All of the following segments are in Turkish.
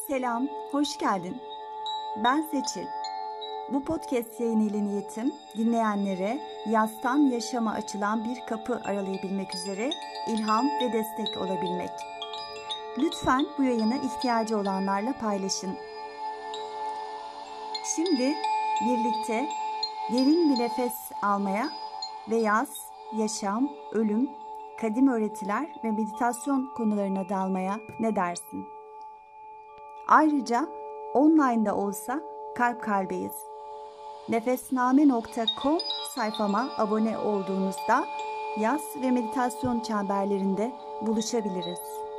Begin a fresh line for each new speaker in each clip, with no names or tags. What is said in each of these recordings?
Selam, hoş geldin. Ben Seçil. Bu podcast yayını ile niyetim, dinleyenlere yastan yaşama açılan bir kapı aralayabilmek üzere ilham ve destek olabilmek. Lütfen bu yayını ihtiyacı olanlarla paylaşın. Şimdi birlikte derin bir nefes almaya ve yaz, yaşam, ölüm, kadim öğretiler ve meditasyon konularına dalmaya ne dersin? Ayrıca online'da olsa kalp kalbeyiz. Nefesname.com sayfama abone olduğunuzda yaz ve meditasyon çemberlerinde buluşabiliriz.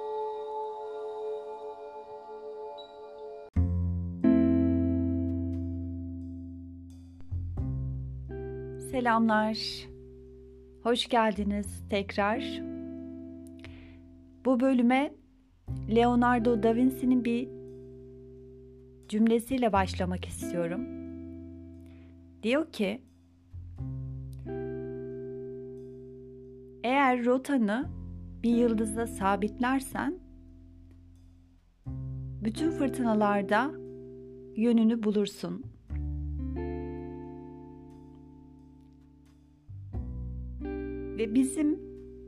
Selamlar. Hoş geldiniz tekrar. Bu bölüme Leonardo da Vinci'nin bir cümlesiyle başlamak istiyorum. Diyor ki, eğer rotanı bir yıldıza sabitlersen, bütün fırtınalarda yönünü bulursun. Ve bizim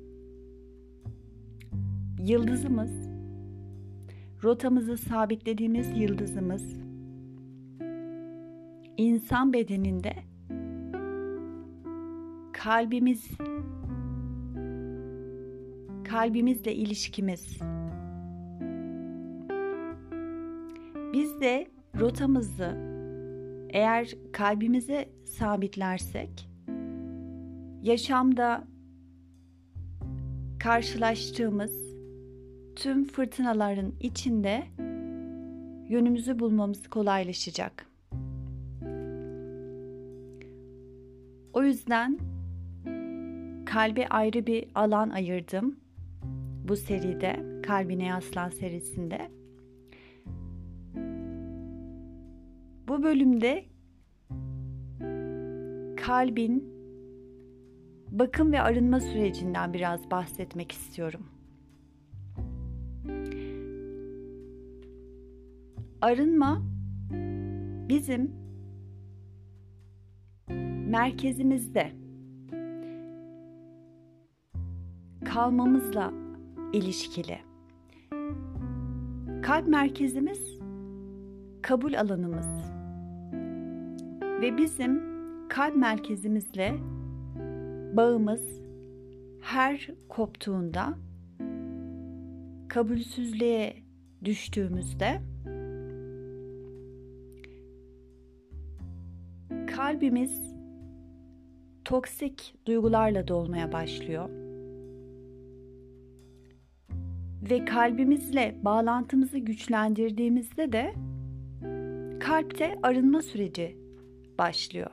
yıldızımız, rotamızı sabitlediğimiz yıldızımız, insan bedeninde kalbimizle ilişkimiz. Biz de rotamızı eğer kalbimize sabitlersek, yaşamda karşılaştığımız tüm fırtınaların içinde yönümüzü bulmamız kolaylaşacak. O yüzden kalbe ayrı bir alan ayırdım bu seride, Kalbine Yaslan serisinde. Bu bölümde kalbin bakım ve arınma sürecinden biraz bahsetmek istiyorum. Arınma bizim merkezimizde kalmamızla ilişkili. Kalp merkezimiz kabul alanımız ve bizim kalp merkezimizle bağımız her koptuğunda, kabulsüzlüğe düştüğümüzde kalbimiz toksik duygularla dolmaya başlıyor. Ve kalbimizle bağlantımızı güçlendirdiğimizde de kalpte arınma süreci başlıyor.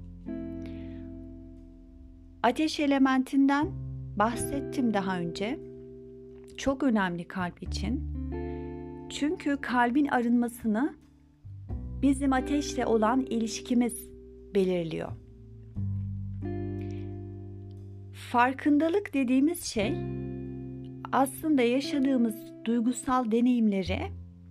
Ateş elementinden bahsettim daha önce. Çok önemli kalp için. Çünkü kalbin arınmasını bizim ateşle olan ilişkimiz belirliyor. Farkındalık dediğimiz şey aslında yaşadığımız duygusal deneyimleri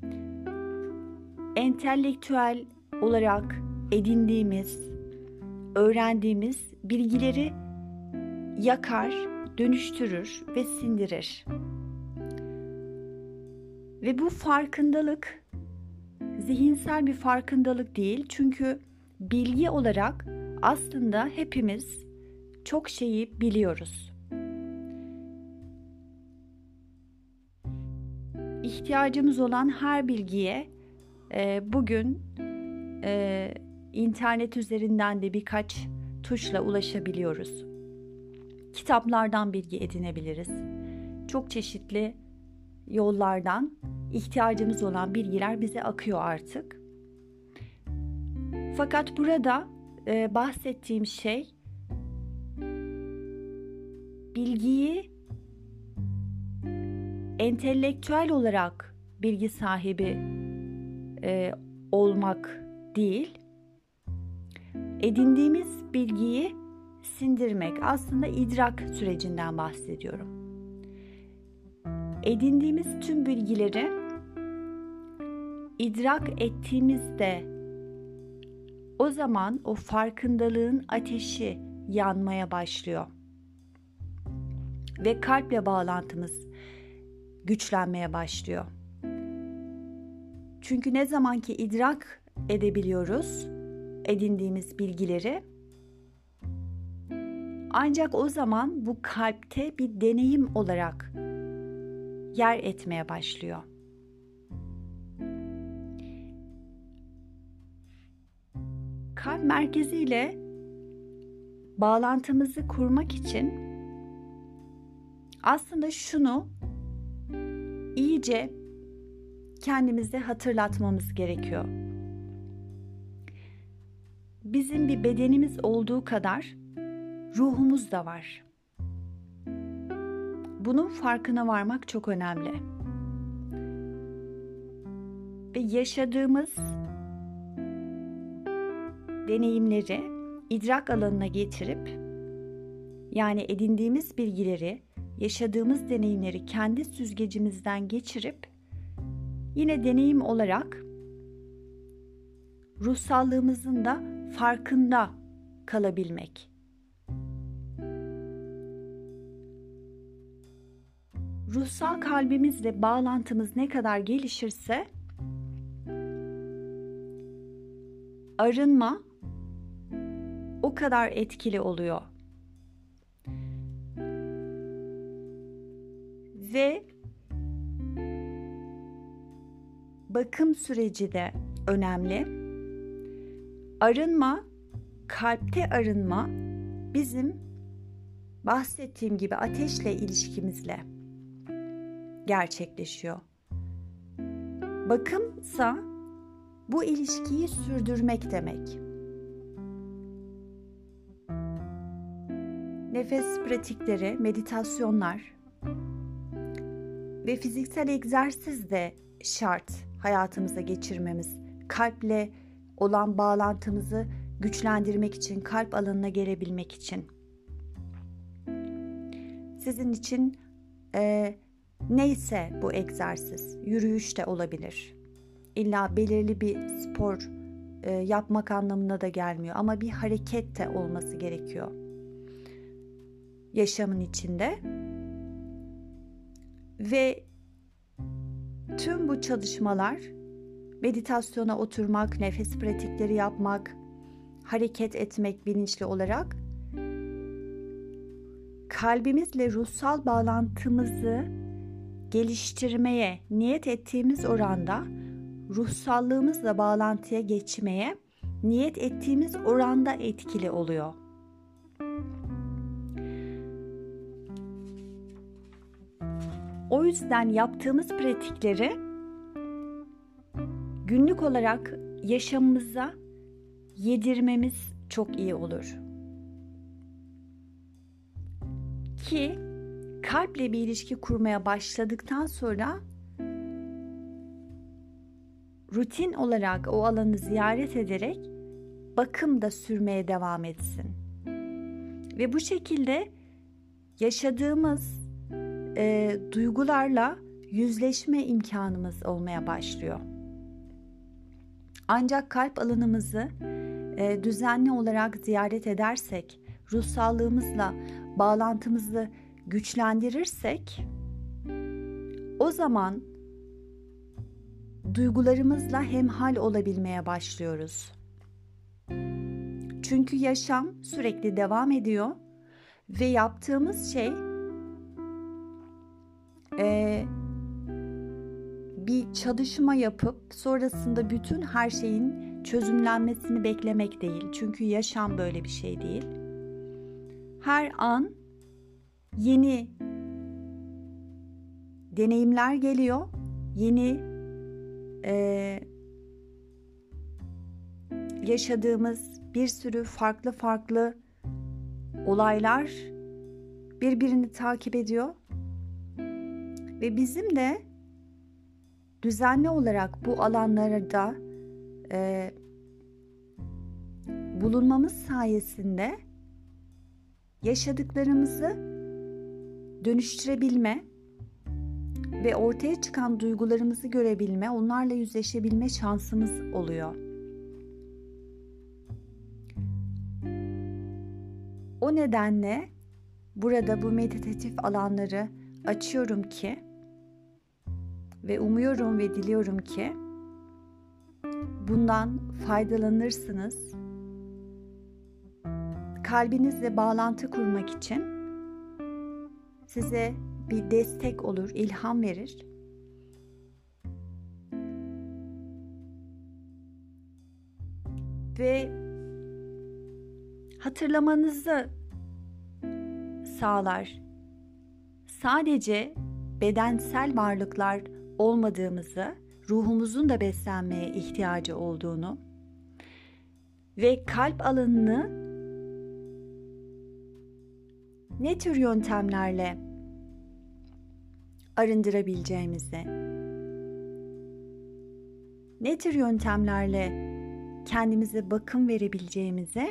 entelektüel olarak edindiğimiz, öğrendiğimiz bilgileri yakar, dönüştürür ve sindirir. Ve bu farkındalık zihinsel bir farkındalık değil. Çünkü bilgi olarak aslında hepimiz çok şeyi biliyoruz. İhtiyacımız olan her bilgiye bugün internet üzerinden de birkaç tuşla ulaşabiliyoruz. Kitaplardan bilgi edinebiliriz. Çok çeşitli yollardan ihtiyacımız olan bilgiler bize akıyor artık. Fakat burada bahsettiğim şey bilgiyi entelektüel olarak bilgi sahibi olmak değil, edindiğimiz bilgiyi sindirmek. Aslında idrak sürecinden bahsediyorum. Edindiğimiz tüm bilgileri idrak ettiğimizde o zaman o farkındalığın ateşi yanmaya başlıyor. Ve kalple bağlantımız güçlenmeye başlıyor. Çünkü ne zaman ki idrak edebiliyoruz edindiğimiz bilgileri, ancak o zaman bu kalpte bir deneyim olarak yer etmeye başlıyor. Kalp merkeziyle bağlantımızı kurmak için aslında şunu iyice kendimize hatırlatmamız gerekiyor. Bizim bir bedenimiz olduğu kadar ruhumuz da var. Bunun farkına varmak çok önemli. Ve yaşadığımız deneyimleri idrak alanına getirip, yani edindiğimiz bilgileri, yaşadığımız deneyimleri kendi süzgecimizden geçirip yine deneyim olarak ruhsallığımızın da farkında kalabilmek. Ruhsal kalbimizle bağlantımız ne kadar gelişirse arınma o kadar etkili oluyor. Ve bakım süreci de önemli. Arınma, kalpte arınma bizim bahsettiğim gibi ateşle ilişkimizle gerçekleşiyor. Bakımsa bu ilişkiyi sürdürmek demek. Nefes pratikleri, meditasyonlar ve fiziksel egzersiz de şart hayatımıza geçirmemiz. Kalple olan bağlantımızı güçlendirmek için, kalp alanına gelebilmek için. Sizin için neyse bu egzersiz, yürüyüş de olabilir. İlla belirli bir spor yapmak anlamına da gelmiyor ama bir hareket de olması gerekiyor yaşamın içinde. Ve tüm bu çalışmalar, meditasyona oturmak, nefes pratikleri yapmak, hareket etmek bilinçli olarak kalbimizle ruhsal bağlantımızı geliştirmeye niyet ettiğimiz oranda, ruhsallığımızla bağlantıya geçmeye niyet ettiğimiz oranda etkili oluyor. O yüzden yaptığımız pratikleri günlük olarak yaşamımıza yedirmemiz çok iyi olur. Ki kalple bir ilişki kurmaya başladıktan sonra rutin olarak o alanı ziyaret ederek bakım da sürmeye devam etsin. Ve bu şekilde yaşadığımız duygularla yüzleşme imkanımız olmaya başlıyor. Ancak kalp alanımızı düzenli olarak ziyaret edersek, ruhsallığımızla bağlantımızı güçlendirirsek, o zaman duygularımızla hemhal olabilmeye başlıyoruz. Çünkü yaşam sürekli devam ediyor ve yaptığımız şey bir çalışma yapıp sonrasında bütün her şeyin çözümlenmesini beklemek değil. Çünkü yaşam böyle bir şey değil. Her an yeni deneyimler geliyor, yeni yaşadığımız bir sürü farklı olaylar birbirini takip ediyor ve bizim de düzenli olarak bu alanlarda bulunmamız sayesinde yaşadıklarımızı dönüştürebilme ve ortaya çıkan duygularımızı görebilme, onlarla yüzleşebilme şansımız oluyor. O nedenle burada bu meditatif alanları açıyorum ki ve umuyorum ve diliyorum ki bundan faydalanırsınız. Kalbinizle bağlantı kurmak için size bir destek olur, ilham verir. Ve hatırlamanızı sağlar. Sadece bedensel varlıklar olmadığımızı, ruhumuzun da beslenmeye ihtiyacı olduğunu ve kalp alanını ne tür yöntemlerle arındırabileceğimizi, ne tür yöntemlerle kendimize bakım verebileceğimizi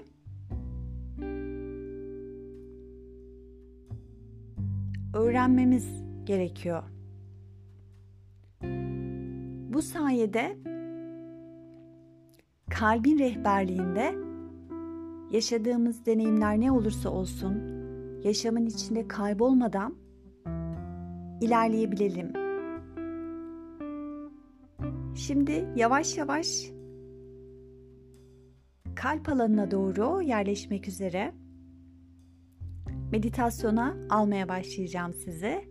öğrenmemiz gerekiyor. Bu sayede kalbin rehberliğinde yaşadığımız deneyimler ne olursa olsun yaşamın içinde kaybolmadan ilerleyebilelim. Şimdi yavaş yavaş kalp alanına doğru yerleşmek üzere meditasyona almaya başlayacağım sizi.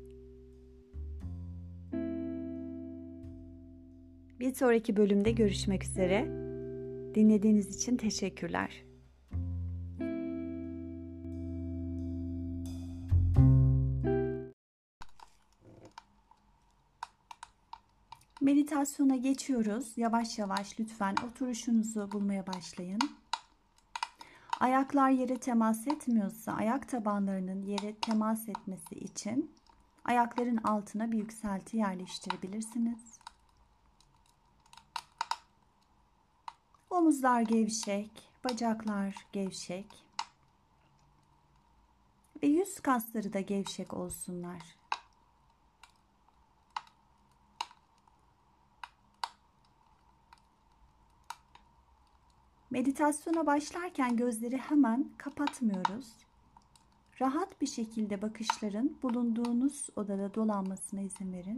Bir sonraki bölümde görüşmek üzere. Dinlediğiniz için teşekkürler. Meditasyona geçiyoruz. Yavaş yavaş lütfen oturuşunuzu bulmaya başlayın. Ayaklar yere temas etmiyorsa ayak tabanlarının yere temas etmesi için ayakların altına bir yükselti yerleştirebilirsiniz. Omuzlar gevşek, bacaklar gevşek ve yüz kasları da gevşek olsunlar. Meditasyona başlarken gözleri hemen kapatmıyoruz. Rahat bir şekilde bakışların bulunduğunuz odada dolanmasına izin verin.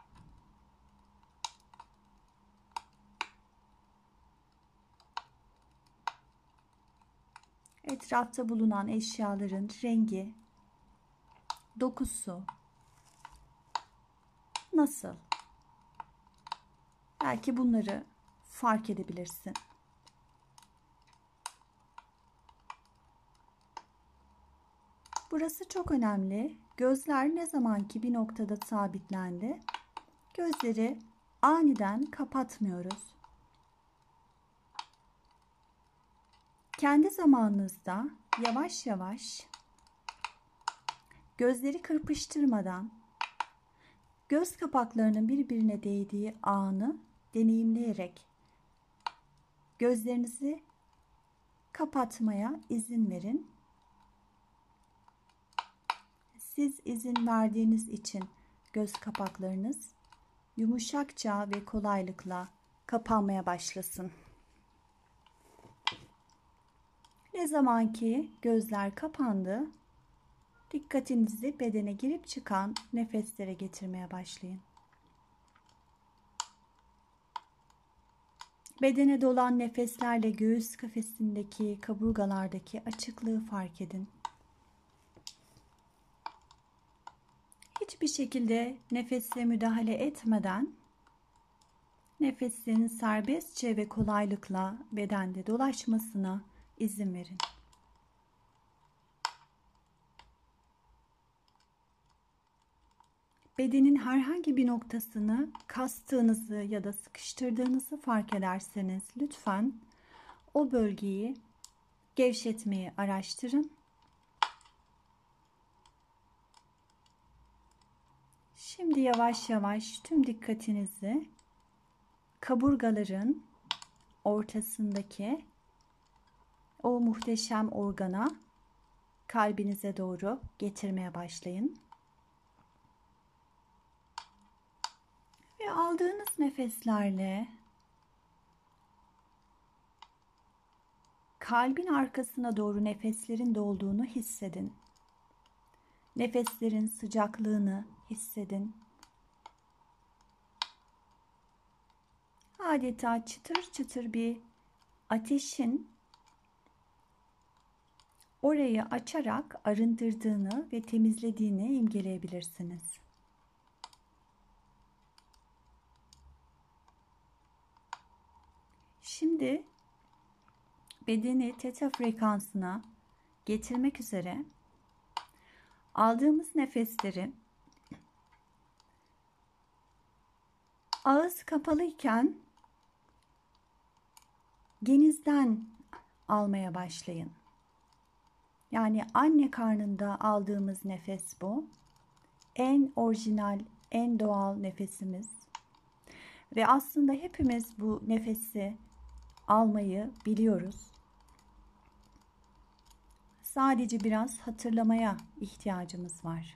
Etrafta bulunan eşyaların rengi, dokusu nasıl? Belki bunları fark edebilirsin. Burası çok önemli. Gözler ne zaman ki bir noktada sabitlendi, gözleri aniden kapatmıyoruz. Kendi zamanınızda yavaş yavaş gözleri kırpıştırmadan göz kapaklarının birbirine değdiği anı deneyimleyerek gözlerinizi kapatmaya izin verin. Siz izin verdiğiniz için göz kapaklarınız yumuşakça ve kolaylıkla kapanmaya başlasın. Ne zaman ki gözler kapandı, dikkatinizi bedene girip çıkan nefeslere getirmeye başlayın. Bedene dolan nefeslerle göğüs kafesindeki, kaburgalardaki açıklığı fark edin. Hiçbir şekilde nefese müdahale etmeden nefesin serbestçe ve kolaylıkla bedende dolaşmasına izin verin. Bedenin herhangi bir noktasını kastığınızı ya da sıkıştırdığınızı fark ederseniz lütfen o bölgeyi gevşetmeyi araştırın. Şimdi yavaş yavaş tüm dikkatinizi kaburgaların ortasındaki o muhteşem organa, kalbinize doğru getirmeye başlayın. Ve aldığınız nefeslerle kalbin arkasına doğru nefeslerin dolduğunu hissedin. Nefeslerin sıcaklığını hissedin. Adeta çıtır çıtır bir ateşin orayı açarak arındırdığını ve temizlediğini imgeleyebilirsiniz. Şimdi bedeni teta frekansına getirmek üzere aldığımız nefesleri ağız kapalıyken genizden almaya başlayın. Yani anne karnında aldığımız nefes bu. En orijinal, en doğal nefesimiz. Ve aslında hepimiz bu nefesi almayı biliyoruz. Sadece biraz hatırlamaya ihtiyacımız var.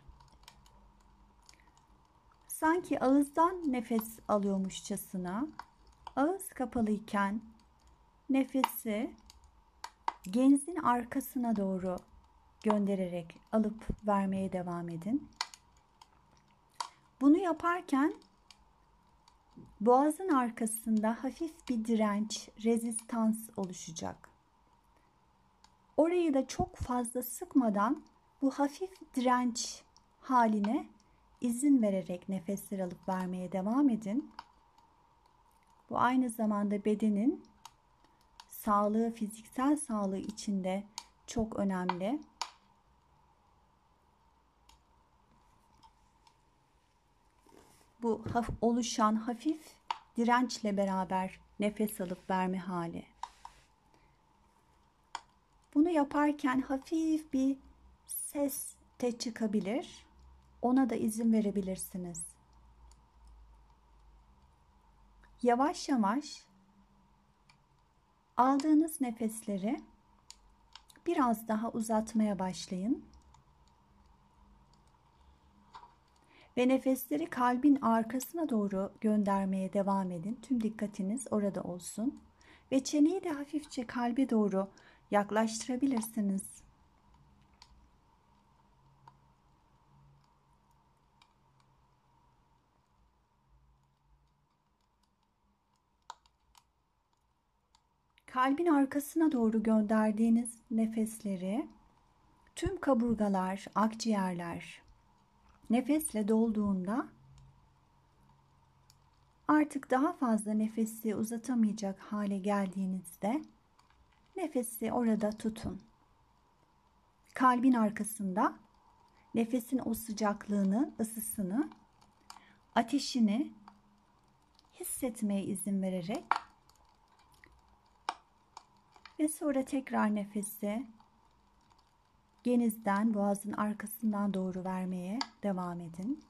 Sanki ağızdan nefes alıyormuşçasına ağız kapalıyken nefesi genzin arkasına doğru göndererek alıp vermeye devam edin. Bunu yaparken boğazın arkasında hafif bir direnç, rezistans oluşacak. Orayı da çok fazla sıkmadan bu hafif direnç haline izin vererek nefesler alıp vermeye devam edin. Bu aynı zamanda bedenin sağlığı, fiziksel sağlığı içinde çok önemli. Bu oluşan hafif dirençle beraber nefes alıp verme hali. Bunu yaparken hafif bir ses de çıkabilir. Ona da izin verebilirsiniz. Yavaş yavaş aldığınız nefesleri biraz daha uzatmaya başlayın. Ve nefesleri kalbin arkasına doğru göndermeye devam edin. Tüm dikkatiniz orada olsun. Ve çeneyi de hafifçe kalbe doğru yaklaştırabilirsiniz. Kalbin arkasına doğru gönderdiğiniz nefesleri tüm kaburgalar, akciğerler nefesle dolduğunda artık daha fazla nefesi uzatamayacak hale geldiğinizde nefesi orada tutun. Kalbin arkasında nefesin o sıcaklığını, ısısını, ateşini hissetmeye izin vererek ve sonra tekrar nefesi genizden, boğazın arkasından doğru vermeye devam edin.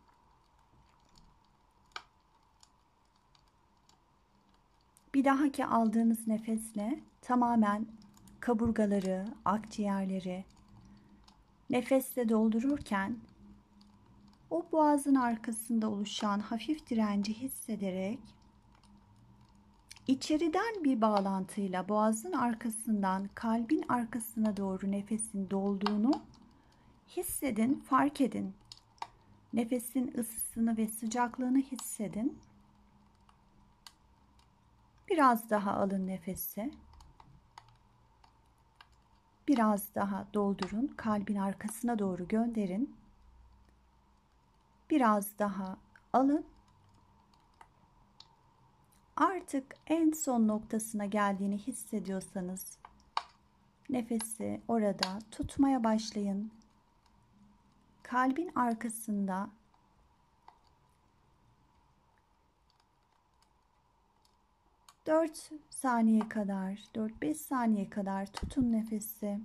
Bir dahaki aldığınız nefesle tamamen kaburgaları, akciğerleri nefesle doldururken o boğazın arkasında oluşan hafif direnci hissederek içeriden bir bağlantıyla boğazın arkasından kalbin arkasına doğru nefesin dolduğunu hissedin, fark edin. Nefesin ısısını ve sıcaklığını hissedin. Biraz daha alın nefesi. Biraz daha doldurun. Kalbin arkasına doğru gönderin. Biraz daha alın. Artık en son noktasına geldiğini hissediyorsanız nefesi orada tutmaya başlayın. Kalbin arkasında 4 saniye kadar, 4-5 saniye kadar tutun nefesi.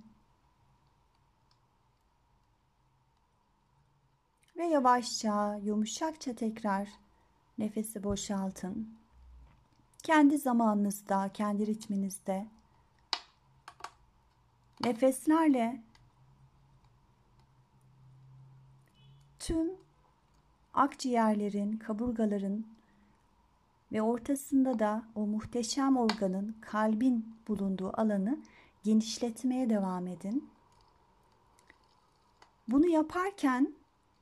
Ve yavaşça, yumuşakça tekrar nefesi boşaltın. Kendi zamanınızda, kendi ritminizde nefeslerle tüm akciğerlerin, kaburgaların ve ortasında da o muhteşem organın, kalbin bulunduğu alanı genişletmeye devam edin. Bunu yaparken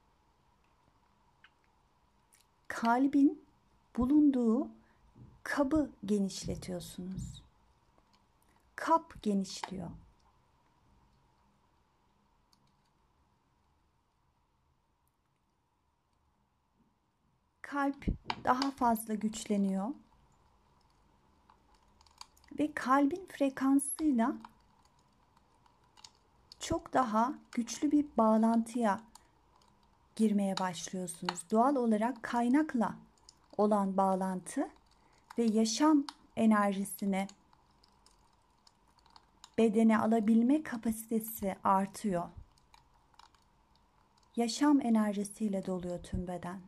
kalbin bulunduğu kabı genişletiyorsunuz. Kap genişliyor. Kalp daha fazla güçleniyor ve kalbin frekansıyla çok daha güçlü bir bağlantıya girmeye başlıyorsunuz. Doğal olarak kaynakla olan bağlantı ve yaşam enerjisini bedene alabilme kapasitesi artıyor. Yaşam enerjisiyle doluyor tüm beden.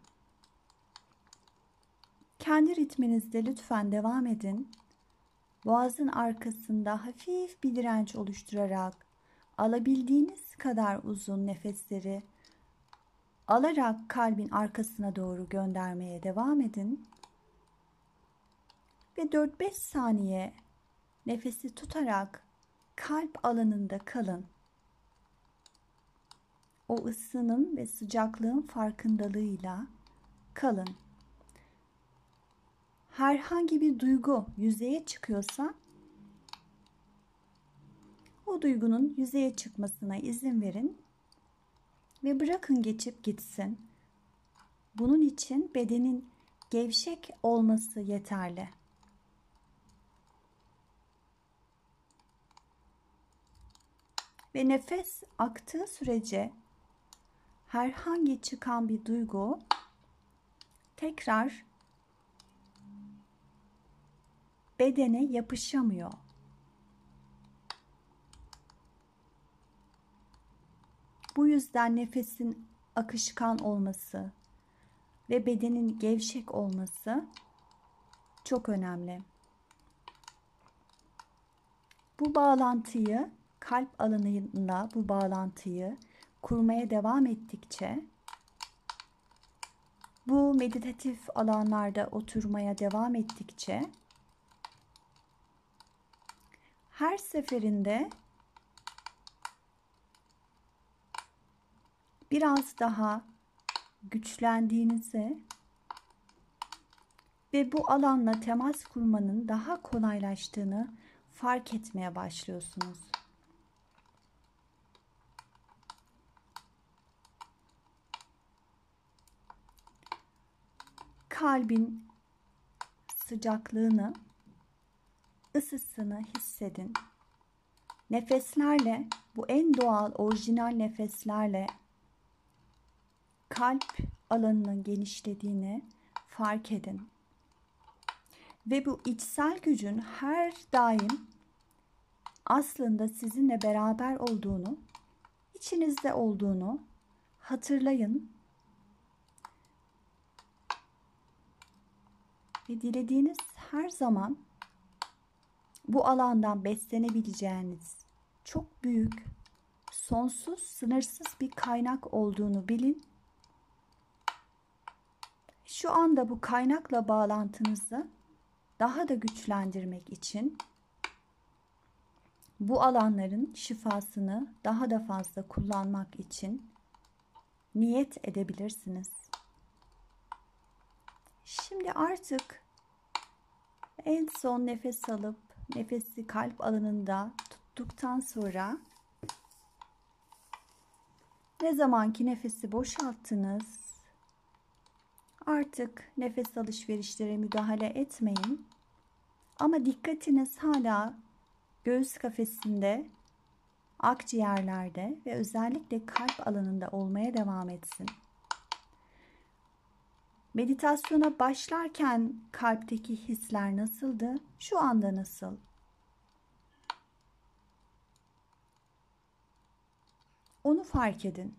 Kendi ritminizde lütfen devam edin. Boğazın arkasında hafif bir direnç oluşturarak alabildiğiniz kadar uzun nefesleri alarak kalbin arkasına doğru göndermeye devam edin. Ve 4-5 saniye nefesi tutarak kalp alanında kalın. O ısının ve sıcaklığın farkındalığıyla kalın. Herhangi bir duygu yüzeye çıkıyorsa o duygunun yüzeye çıkmasına izin verin ve bırakın geçip gitsin. Bunun için bedenin gevşek olması yeterli. Ve nefes aktığı sürece herhangi çıkan bir duygu tekrar bedene yapışamıyor. Bu yüzden nefesin akışkan olması ve bedenin gevşek olması çok önemli. Bu bağlantıyı, kalp alanıyla bu bağlantıyı kurmaya devam ettikçe, bu meditatif alanlarda oturmaya devam ettikçe, her seferinde biraz daha güçlendiğinizi ve bu alanla temas kurmanın daha kolaylaştığını fark etmeye başlıyorsunuz. Kalbin sıcaklığını, ısısını hissedin. Nefeslerle, bu en doğal, orijinal nefeslerle kalp alanının genişlediğini fark edin. Ve bu içsel gücün her daim aslında sizinle beraber olduğunu, içinizde olduğunu hatırlayın. Ve dilediğiniz her zaman bu alandan beslenebileceğiniz çok büyük, sonsuz, sınırsız bir kaynak olduğunu bilin. Şu anda bu kaynakla bağlantınızı daha da güçlendirmek için bu alanların şifasını daha da fazla kullanmak için niyet edebilirsiniz. Şimdi artık en son nefes alıp nefesi kalp alanında tuttuktan sonra ne zamanki nefesi boşalttınız, artık nefes alışverişlere müdahale etmeyin. Ama dikkatiniz hala göğüs kafesinde, akciğerlerde ve özellikle kalp alanında olmaya devam etsin. Meditasyona başlarken kalpteki hisler nasıldı? Şu anda nasıl? Onu fark edin.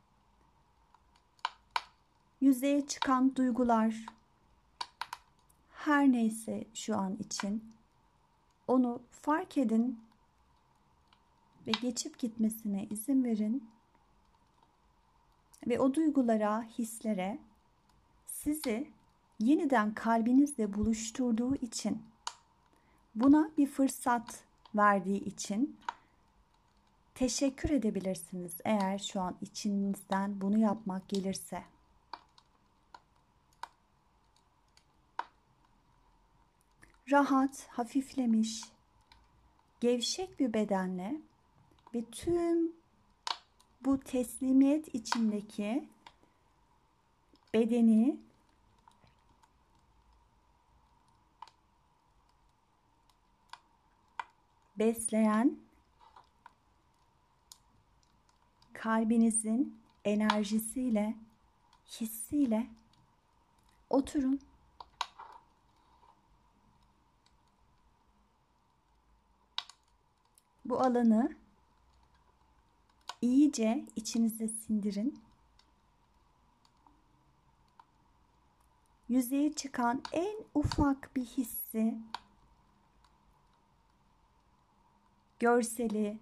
Yüzeye çıkan duygular, her neyse şu an için, onu fark edin ve geçip gitmesine izin verin. Ve o duygulara, hislere sizi yeniden kalbinizle buluşturduğu için, buna bir fırsat verdiği için teşekkür edebilirsiniz eğer şu an içinizden bunu yapmak gelirse. Rahat, hafiflemiş, gevşek bir bedenle ve tüm bu teslimiyet içindeki bedeni besleyen kalbinizin enerjisiyle, hissiyle oturun. Bu alanı iyice içinize sindirin. Yüzeye çıkan en ufak bir hissi, görseli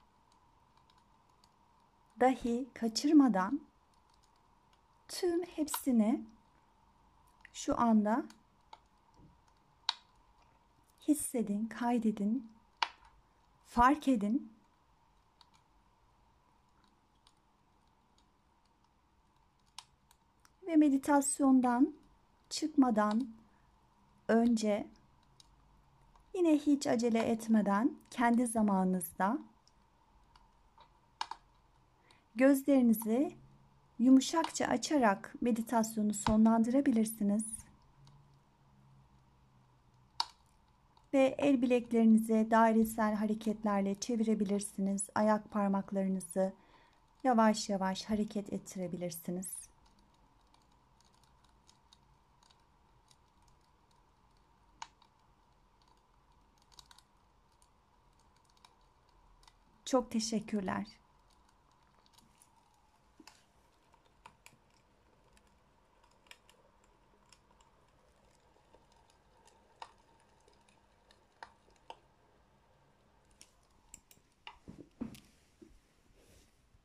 dahi kaçırmadan tüm hepsini şu anda hissedin, kaydedin, fark edin. Ve meditasyondan çıkmadan önce yine hiç acele etmeden kendi zamanınızda gözlerinizi yumuşakça açarak meditasyonu sonlandırabilirsiniz. Ve el bileklerinizi dairesel hareketlerle çevirebilirsiniz. Ayak parmaklarınızı yavaş yavaş hareket ettirebilirsiniz. Çok teşekkürler.